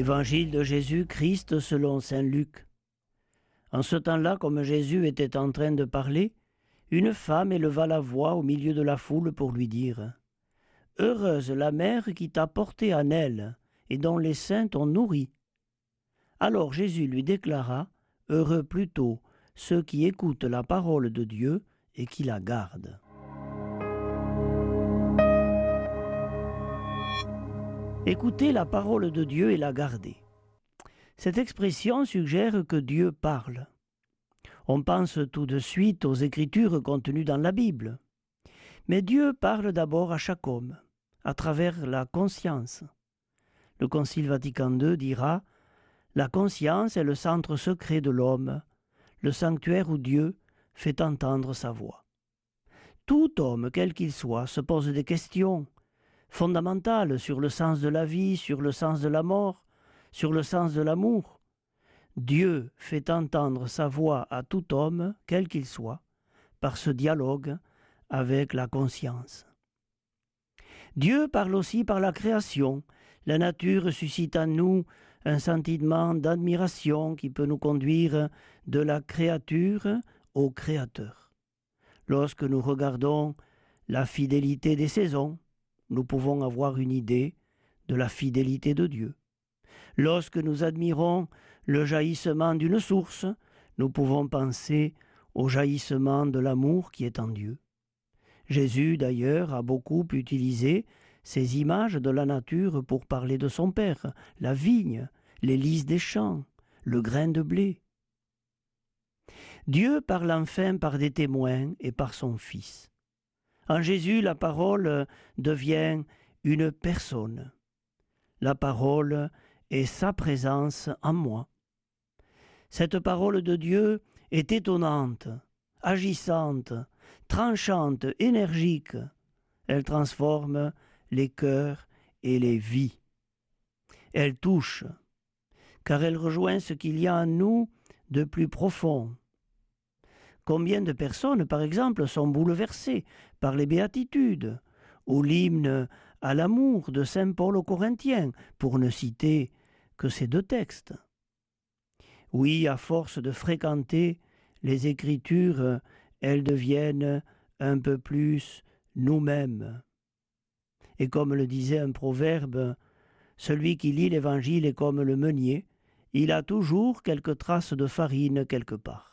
Évangile de Jésus-Christ selon saint Luc. En ce temps-là, comme Jésus était en train de parler, une femme éleva la voix au milieu de la foule pour lui dire « Heureuse la mère qui t'a porté en elle et dont les seins t'ont nourri. » Alors Jésus lui déclara « Heureux plutôt ceux qui écoutent la parole de Dieu et qui la gardent. » Écouter la parole de Dieu et la garder. Cette expression suggère que Dieu parle. On pense tout de suite aux Écritures contenues dans la Bible. Mais Dieu parle d'abord à chaque homme, à travers la conscience. Le Concile Vatican II dira « La conscience est le centre secret de l'homme, le sanctuaire où Dieu fait entendre sa voix. » Tout homme, quel qu'il soit, se pose des questions fondamentales sur le sens de la vie, sur le sens de la mort, sur le sens de l'amour. Dieu fait entendre sa voix à tout homme, quel qu'il soit, par ce dialogue avec la conscience. Dieu parle aussi par la création. La nature suscite en nous un sentiment d'admiration qui peut nous conduire de la créature au Créateur. Lorsque nous regardons la fidélité des saisons, nous pouvons avoir une idée de la fidélité de Dieu. Lorsque nous admirons le jaillissement d'une source, nous pouvons penser au jaillissement de l'amour qui est en Dieu. Jésus, d'ailleurs, a beaucoup utilisé ces images de la nature pour parler de son Père, la vigne, les lys des champs, le grain de blé. Dieu parle enfin par des témoins et par son Fils. En Jésus, la parole devient une personne. La parole est sa présence en moi. Cette parole de Dieu est étonnante, agissante, tranchante, énergique. Elle transforme les cœurs et les vies. Elle touche, car elle rejoint ce qu'il y a en nous de plus profond. Combien de personnes, par exemple, sont bouleversées par les béatitudes ou l'hymne à l'amour de saint Paul aux Corinthiens, pour ne citer que ces deux textes. Oui, à force de fréquenter les Écritures, elles deviennent un peu plus nous-mêmes. Et comme le disait un proverbe, celui qui lit l'Évangile est comme le meunier, il a toujours quelques traces de farine quelque part.